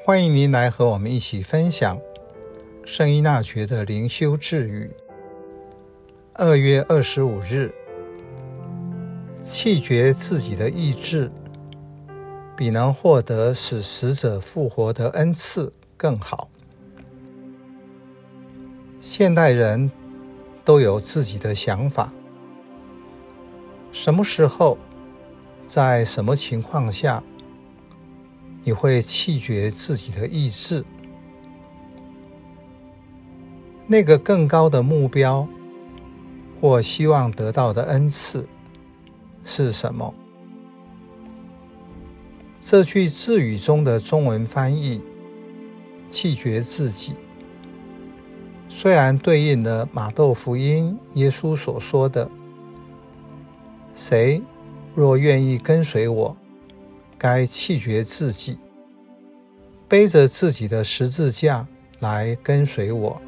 欢迎您来和我们一起分享圣依纳爵的灵修智语。2月25日，弃绝自己的意志，比能获得使死者复活的恩赐更好。现代人都有自己的想法，什么时候，在什么情况下，你会弃绝自己的意志？那个更高的目标或希望得到的恩赐是什么？这句智语中的中文翻译弃绝自己，虽然对应了马窦福音耶稣所说的谁若愿意跟随我，该弃绝自己，背着自己的十字架来跟随我。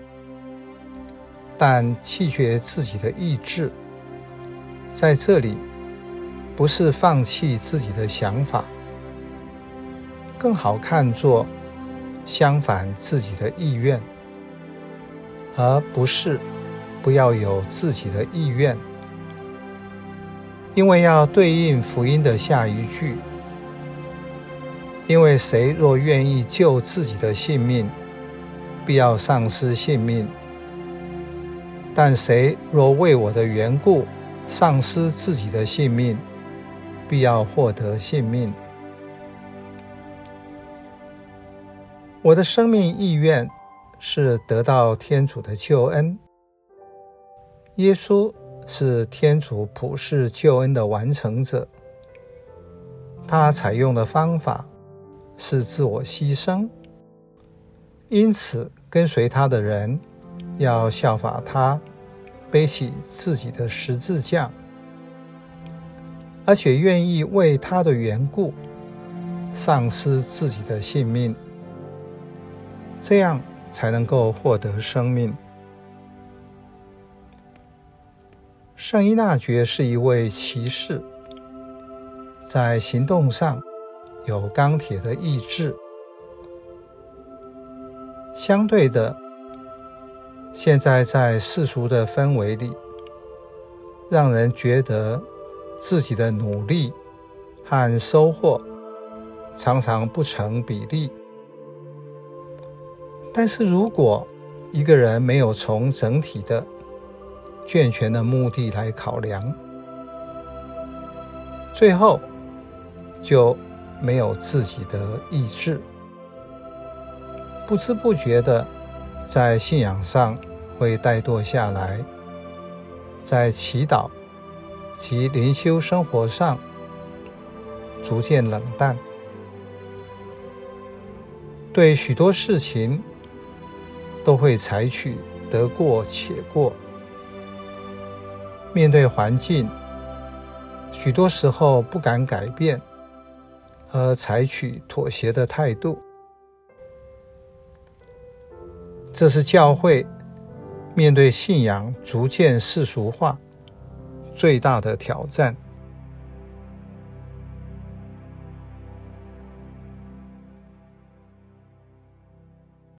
但弃绝自己的意志，在这里不是放弃自己的想法，更好看作相反自己的意愿，而不是不要有自己的意愿。因为要对应福音的下一句，因为谁若愿意救自己的性命，必要丧失性命；但谁若为我的缘故丧失自己的性命，必要获得性命。我的生命意愿是得到天主的救恩。耶稣是天主普世救恩的完成者，他采用的方法是自我牺牲，因此跟随他的人要效法他，背起自己的十字架，而且愿意为他的缘故丧失自己的性命，这样才能够获得生命。圣依纳爵是一位骑士，在行动上有钢铁的意志。相对的，现在在世俗的氛围里，让人觉得自己的努力和收获常常不成比例。但是如果一个人没有从整体的健全的目的来考量，最后就没有自己的意志，不知不觉的在信仰上会怠惰下来，在祈祷及灵修生活上逐渐冷淡，对许多事情都会采取得过且过。面对环境，许多时候不敢改变，而采取妥协的态度。这是教会面对信仰逐渐世俗化最大的挑战。